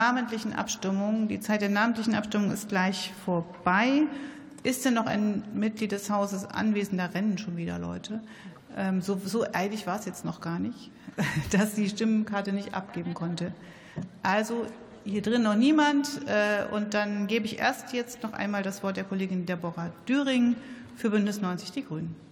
namentlichen Abstimmung. Die Zeit der namentlichen Abstimmung ist gleich vorbei. Ist denn noch ein Mitglied des Hauses anwesend? Da rennen schon wieder Leute. So eilig war es jetzt noch gar nicht, dass die Stimmkarte nicht abgeben konnte. Also hier drin noch niemand. Und dann gebe ich erst jetzt noch einmal das Wort der Kollegin Deborah Düring für Bündnis 90 Die Grünen.